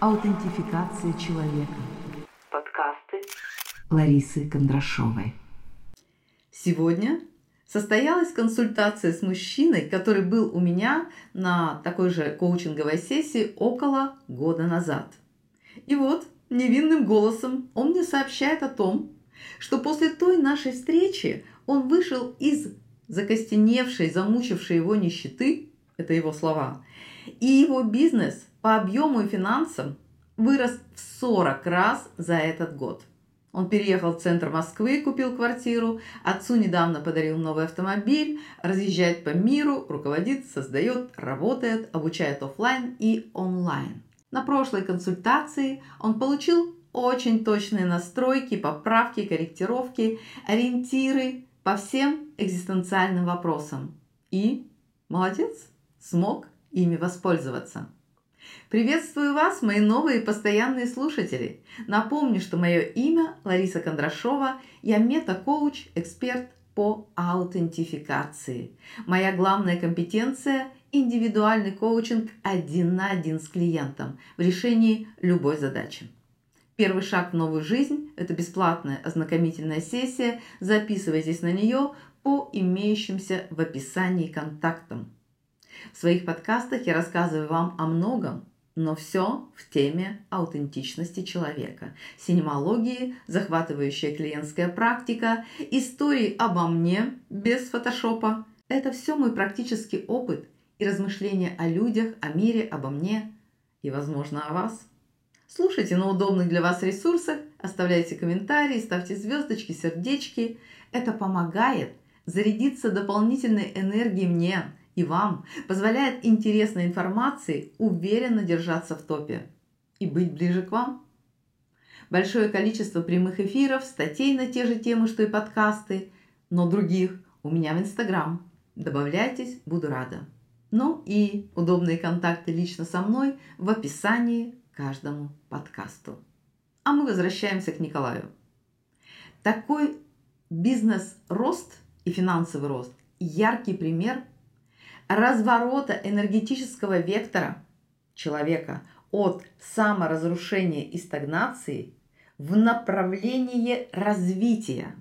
Аутентификация человека. Подкасты Ларисы Кондрашовой. Сегодня состоялась консультация с мужчиной, который был у меня на такой же коучинговой сессии около года назад. И вот невинным голосом он мне сообщает о том, что после той нашей встречи он вышел из закостеневшей, замучившей его нищеты, это его слова, и его бизнес по объему и финансам вырос в 40 раз за этот год. Он переехал в центр Москвы, купил квартиру, отцу недавно подарил новый автомобиль, разъезжает по миру, руководит, создает, работает, обучает офлайн и онлайн. На прошлой консультации он получил очень точные настройки, поправки, корректировки, ориентиры по всем экзистенциальным вопросам. И, молодец, смог ими воспользоваться. Приветствую вас, мои новые постоянные слушатели. Напомню, что мое имя Лариса Кондрашова, я мета-коуч, эксперт по аутентификации. Моя главная компетенция – индивидуальный коучинг 1 на 1 с клиентом в решении любой задачи. Первый шаг в новую жизнь – это бесплатная ознакомительная сессия. Записывайтесь на нее по имеющимся в описании контактам. В своих подкастах я рассказываю вам о многом, но все в теме аутентичности человека, синемологии, захватывающая клиентская практика, истории обо мне без фотошопа. Это все мой практический опыт и размышления о людях, о мире, обо мне и, возможно, о вас. Слушайте на удобных для вас ресурсах, оставляйте комментарии, ставьте звездочки, сердечки. Это помогает зарядиться дополнительной энергией мне и вам, позволяет интересной информации уверенно держаться в топе и быть ближе к вам. Большое количество прямых эфиров, статей на те же темы, что и подкасты, но других у меня в Инстаграм. Добавляйтесь, буду рада. Ну и удобные контакты лично со мной в описании к каждому подкасту. А мы возвращаемся к Николаю. Такой бизнес-рост и финансовый рост – яркий пример разворота энергетического вектора человека от саморазрушения и стагнации в направление развития.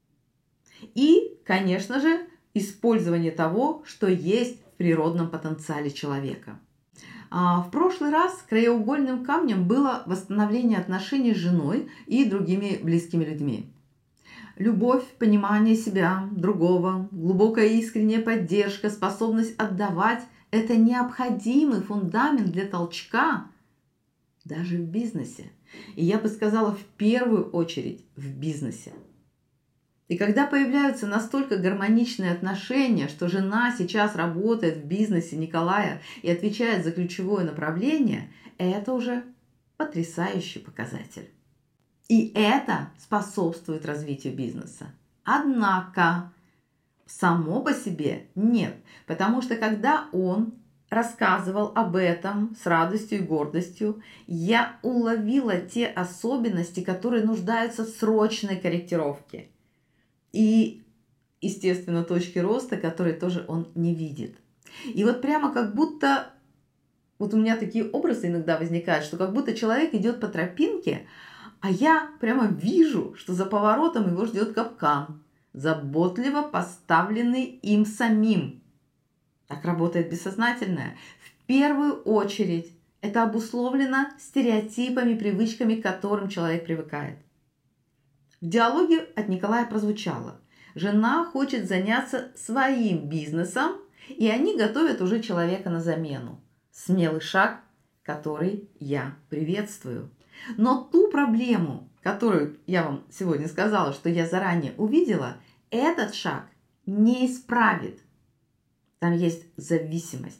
И, конечно же, использование того, что есть в природном потенциале человека. В прошлый раз краеугольным камнем было восстановление отношений с женой и другими близкими людьми. Любовь, понимание себя, другого, глубокая искренняя поддержка, способность отдавать – это необходимый фундамент для толчка даже в бизнесе. И я бы сказала, в первую очередь в бизнесе. И когда появляются настолько гармоничные отношения, что жена сейчас работает в бизнесе Николая и отвечает за ключевое направление, это уже потрясающий показатель. И это способствует развитию бизнеса. Однако само по себе нет, потому что когда он рассказывал об этом с радостью и гордостью, я уловила те особенности, которые нуждаются в срочной корректировке. И, естественно, точки роста, которые тоже он не видит. И вот прямо как будто, вот у меня такие образы иногда возникают, что как будто человек идет по тропинке, а я прямо вижу, что за поворотом его ждет капкан, заботливо поставленный им самим. Так работает бессознательное. В первую очередь это обусловлено стереотипами, привычками, к которым человек привыкает. В диалоге от Николая прозвучало: жена хочет заняться своим бизнесом, и они готовят уже человека на замену. Смелый шаг, который я приветствую. Но ту проблему, которую я вам сегодня сказала, что я заранее увидела, этот шаг не исправит. Там есть зависимость.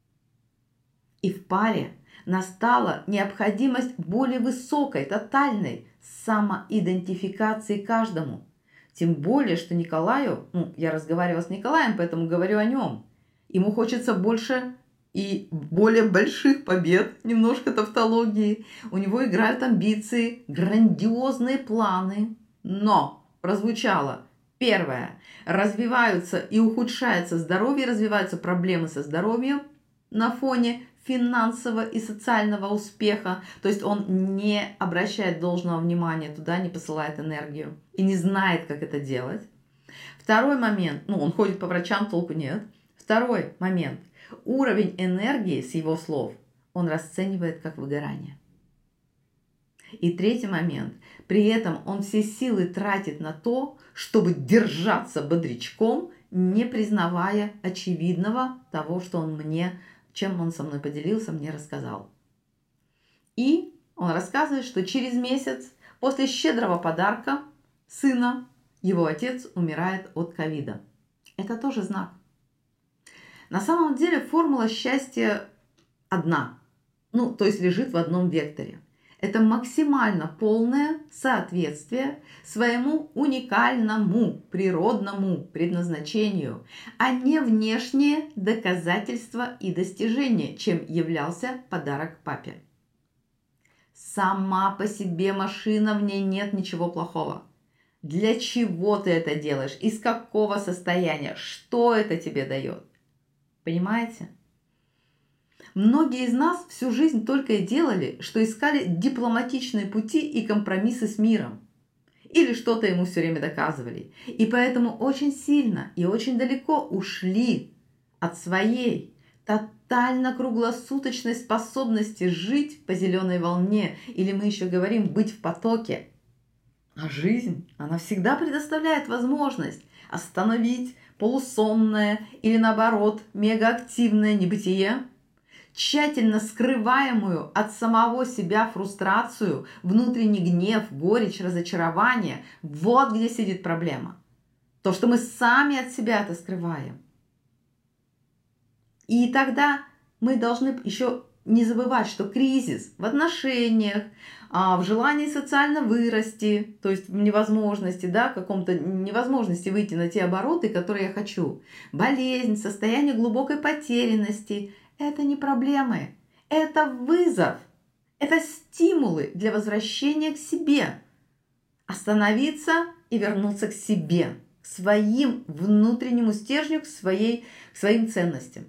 И в паре настала необходимость более высокой, тотальной самоидентификации каждому. Тем более, что Николаю, я разговаривала с Николаем, поэтому говорю о нем. Ему хочется больше и более больших побед, немножко тавтологии. У него играют амбиции, грандиозные планы. Но прозвучало первое. Развиваются и ухудшается здоровье, развиваются проблемы со здоровьем на фоне финансового и социального успеха, то есть он не обращает должного внимания туда, не посылает энергию и не знает, как это делать. Второй момент, он ходит по врачам, толку нет. Второй момент, уровень энергии, с его слов, он расценивает как выгорание. И третий момент, при этом он все силы тратит на то, чтобы держаться бодрячком, не признавая очевидного того, что чем он со мной поделился, мне рассказал. И он рассказывает, что через месяц после щедрого подарка сына его отец умирает от ковида. Это тоже знак. На самом деле формула счастья одна, то есть лежит в одном векторе. Это максимально полное соответствие своему уникальному природному предназначению, а не внешние доказательства и достижения, чем являлся подарок папе. Сама по себе машина, в ней нет ничего плохого. Для чего ты это делаешь? Из какого состояния? Что это тебе дает? Понимаете? Многие из нас всю жизнь только и делали, что искали дипломатичные пути и компромиссы с миром. Или что-то ему все время доказывали. И поэтому очень сильно и очень далеко ушли от своей тотально круглосуточной способности жить по зеленой волне. Или мы еще говорим быть в потоке. А жизнь, она всегда предоставляет возможность остановить полусонное или наоборот мегаактивное небытие, тщательно скрываемую от самого себя фрустрацию, внутренний гнев, горечь, разочарование. Вот где сидит проблема. То, что мы сами от себя это скрываем. И тогда мы должны еще не забывать, что кризис в отношениях, в желании социально вырасти, то есть в невозможности, каком-то невозможности выйти на те обороты, которые я хочу, болезнь, состояние глубокой потерянности – это не проблемы, это вызов, это стимулы для возвращения к себе, остановиться и вернуться к себе, к своим внутреннему стержню, к своим ценностям.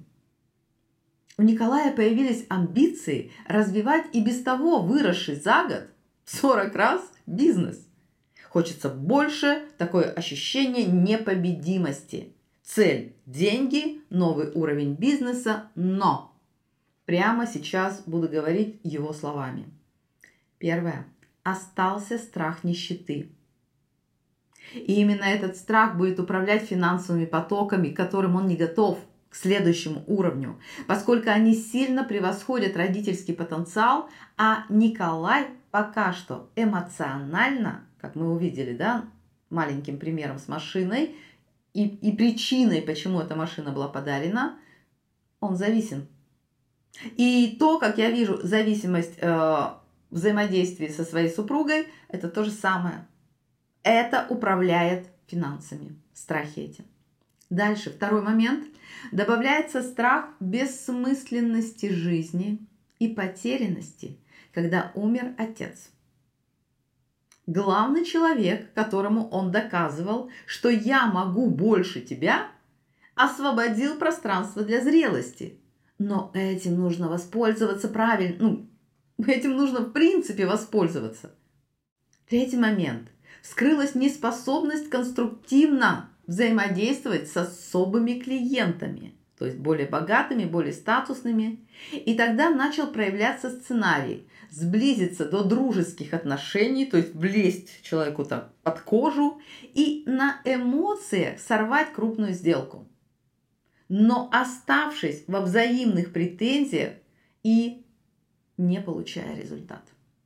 У Николая появились амбиции развивать и без того выросший за год в 40 раз бизнес. Хочется больше, такое ощущение непобедимости. Цель – деньги, новый уровень бизнеса, но прямо сейчас буду говорить его словами. Первое. Остался страх нищеты. И именно этот страх будет управлять финансовыми потоками, к которым он не готов, к следующему уровню, поскольку они сильно превосходят родительский потенциал, а Николай пока что эмоционально, как мы увидели, маленьким примером с машиной, и причиной, почему эта машина была подарена, он зависим. И то, как я вижу зависимость взаимодействия со своей супругой, это то же самое. Это управляет финансами, страхи эти. Дальше, второй момент. Добавляется страх бессмысленности жизни и потерянности, когда умер отец. Главный человек, которому он доказывал, что я могу больше тебя, освободил пространство для зрелости. Но этим нужно воспользоваться правильно. Этим нужно в принципе воспользоваться. Третий момент. Вскрылась неспособность конструктивно взаимодействовать с особыми клиентами, то есть более богатыми, более статусными. И тогда начал проявляться сценарий сблизиться до дружеских отношений, то есть влезть человеку под кожу и на эмоциях сорвать крупную сделку, но оставшись во взаимных претензиях и не получая результат.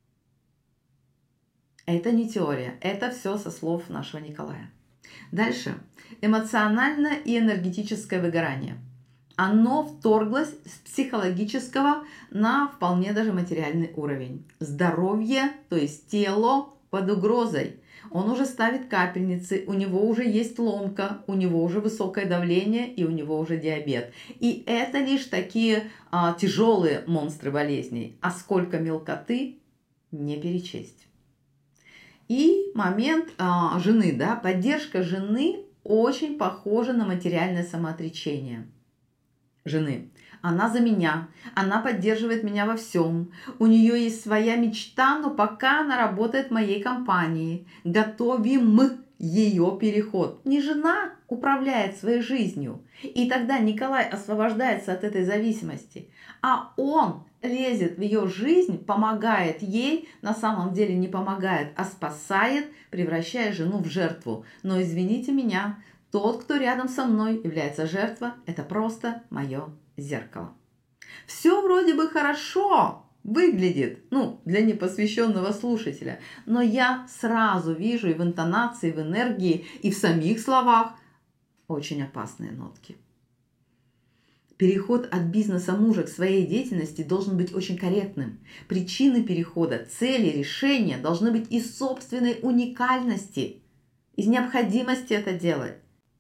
Это не теория, это все со слов нашего Николая. Дальше. Эмоциональное и энергетическое выгорание. Оно вторглось с психологического на вполне даже материальный уровень. Здоровье, то есть тело, под угрозой. Он уже ставит капельницы, у него уже есть ломка, у него уже высокое давление и у него уже диабет. И это лишь такие тяжелые монстры болезней. А сколько мелкоты не перечесть. И момент жены, поддержка жены очень похожа на материальное самоотречение жены. она за меня, она поддерживает меня во всем. У нее есть своя мечта, но пока она работает в моей компании. Готовим ее переход. Не жена управляет своей жизнью. И тогда Николай освобождается от этой зависимости. А он лезет в ее жизнь, помогает ей, на самом деле не помогает, а спасает, превращая жену в жертву. Но извините меня, тот, кто рядом со мной является жертвой, это просто мое зеркало. Все вроде бы хорошо выглядит, для непосвященного слушателя, но я сразу вижу и в интонации, и в энергии, и в самих словах очень опасные нотки. Переход от бизнеса мужа к своей деятельности должен быть очень корректным. Причины перехода, цели, решения должны быть из собственной уникальности, из необходимости это делать.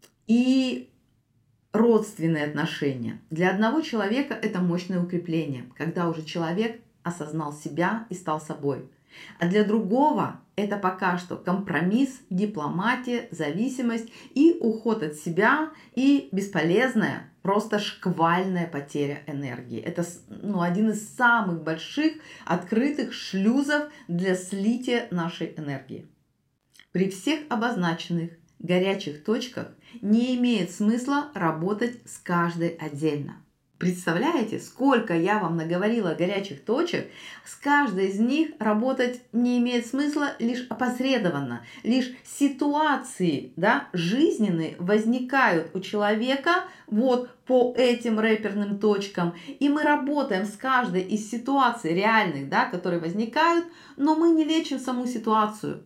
И родственные отношения. Для одного человека это мощное укрепление, когда уже человек осознал себя и стал собой. А для другого это пока что компромисс, дипломатия, зависимость и уход от себя и бесполезная, просто шквальная потеря энергии. Это один из самых больших открытых шлюзов для слития нашей энергии. При всех обозначенных горячих точках не имеет смысла работать с каждой отдельно. Представляете, сколько я вам наговорила горячих точек, с каждой из них работать не имеет смысла лишь опосредованно, лишь ситуации жизненные возникают у человека по этим реперным точкам, и мы работаем с каждой из ситуаций реальных, которые возникают, но мы не лечим саму ситуацию.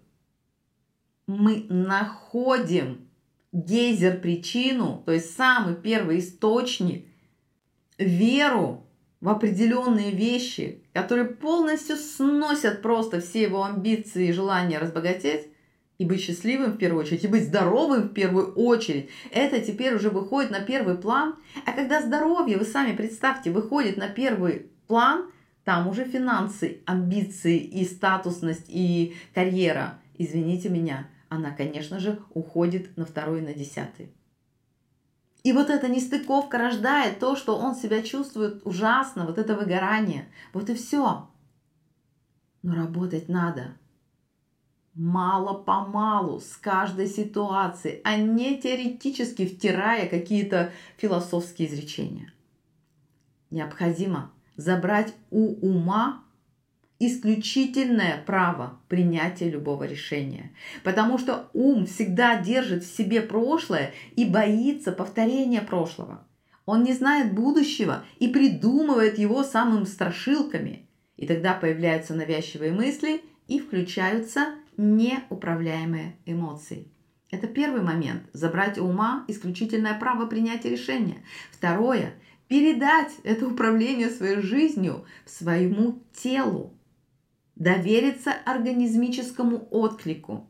Мы находим гейзер причину, то есть самый первый источник, веру в определенные вещи, которые полностью сносят просто все его амбиции и желания разбогатеть и быть счастливым в первую очередь, и быть здоровым в первую очередь. Это теперь уже выходит на первый план. А когда здоровье, вы сами представьте, выходит на первый план, там уже финансы, амбиции и статусность, и карьера, извините меня, она, конечно же, уходит на второй и на 10. И эта нестыковка рождает то, что он себя чувствует ужасно, это выгорание. И все. Но работать надо мало-помалу, с каждой ситуацией, а не теоретически втирая какие-то философские изречения. Необходимо забрать у ума исключительное право принятия любого решения. Потому что ум всегда держит в себе прошлое и боится повторения прошлого. Он не знает будущего и придумывает его самыми страшилками. И тогда появляются навязчивые мысли и включаются неуправляемые эмоции. Это первый момент. Забрать у ума исключительное право принятия решения. Второе. Передать это управление своей жизнью своему телу. Довериться организмическому отклику.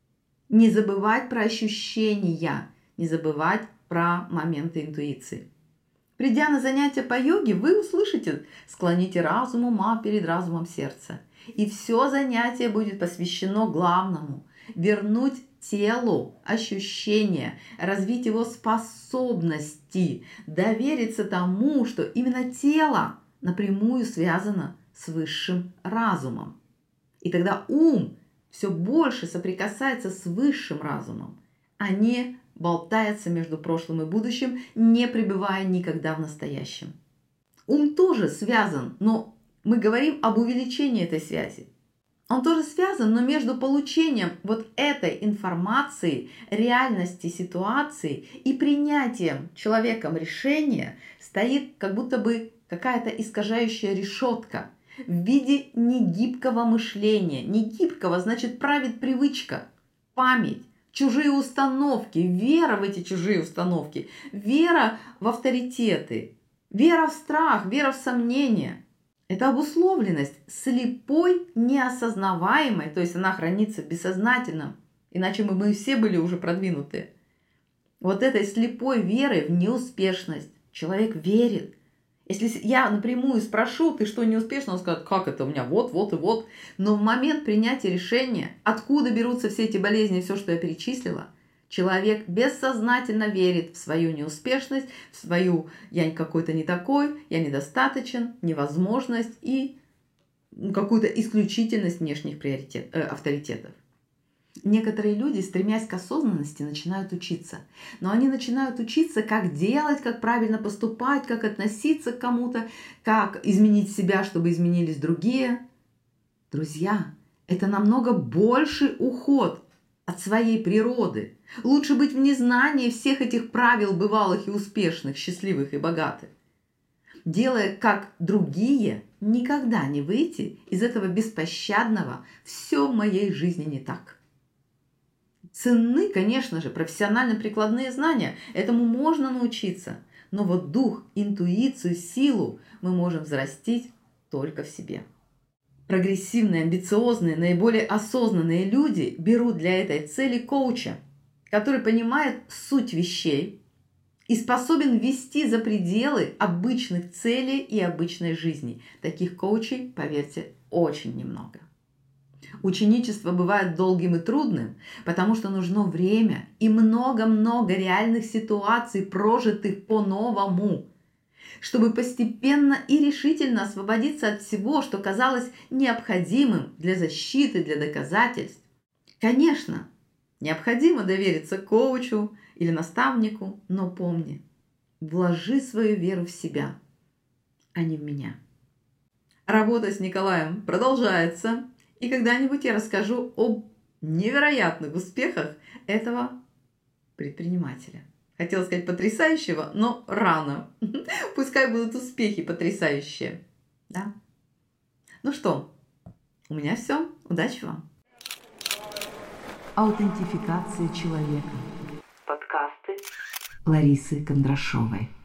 Не забывать про ощущения, не забывать про моменты интуиции. Придя на занятия по йоге, вы услышите: склоните разум ума перед разумом сердца. И все занятие будет посвящено главному – вернуть телу ощущения, развить его способности, довериться тому, что именно тело напрямую связано с высшим разумом. И тогда ум все больше соприкасается с высшим разумом, а не болтается между прошлым и будущим, не пребывая никогда в настоящем. Ум тоже связан, но мы говорим об увеличении этой связи. Он тоже связан, но между получением этой информации, реальности ситуации и принятием человеком решения стоит как будто бы какая-то искажающая решетка в виде негибкого мышления. Негибкого значит правит привычка, память, чужие установки, вера в эти чужие установки, вера в авторитеты, вера в страх, вера в сомнения. Это обусловленность слепой, неосознаваемой, то есть она хранится в бессознательном, иначе мы все были уже продвинутые. Этой слепой верой в неуспешность. Человек верит. Если я напрямую спрошу: ты что, неуспешно? Он скажет: как это у меня вот и вот. Но в момент принятия решения, откуда берутся все эти болезни, все, что я перечислила, Человек бессознательно верит в свою неуспешность, в свою «я какой-то не такой», «я недостаточен», невозможность и какую-то исключительность внешних авторитетов. Некоторые люди, стремясь к осознанности, начинают учиться. Но они начинают учиться, как делать, как правильно поступать, как относиться к кому-то, как изменить себя, чтобы изменились другие. Друзья, это намного больший уход от своей природы. Лучше быть в незнании всех этих правил бывалых и успешных, счастливых и богатых. Делая как другие, никогда не выйти из этого беспощадного «все в моей жизни не так». Ценны, конечно же, профессионально-прикладные знания. Этому можно научиться. Но вот дух, интуицию, силу мы можем взрастить только в себе. Прогрессивные, амбициозные, наиболее осознанные люди берут для этой цели коуча, который понимает суть вещей и способен ввести за пределы обычных целей и обычной жизни. Таких коучей, поверьте, очень немного. Ученичество бывает долгим и трудным, потому что нужно время и много-много реальных ситуаций, прожитых по-новому, чтобы постепенно и решительно освободиться от всего, что казалось необходимым для защиты, для доказательств. Конечно, необходимо довериться коучу или наставнику, но помни, вложи свою веру в себя, а не в меня. Работа с Николаем продолжается. И когда-нибудь я расскажу об невероятных успехах этого предпринимателя. Хотела сказать потрясающего, но рано. Пускай будут успехи потрясающие. Да? Ну что, у меня все. Удачи вам. Аутентификация человека. Подкасты Ларисы Кондрашовой.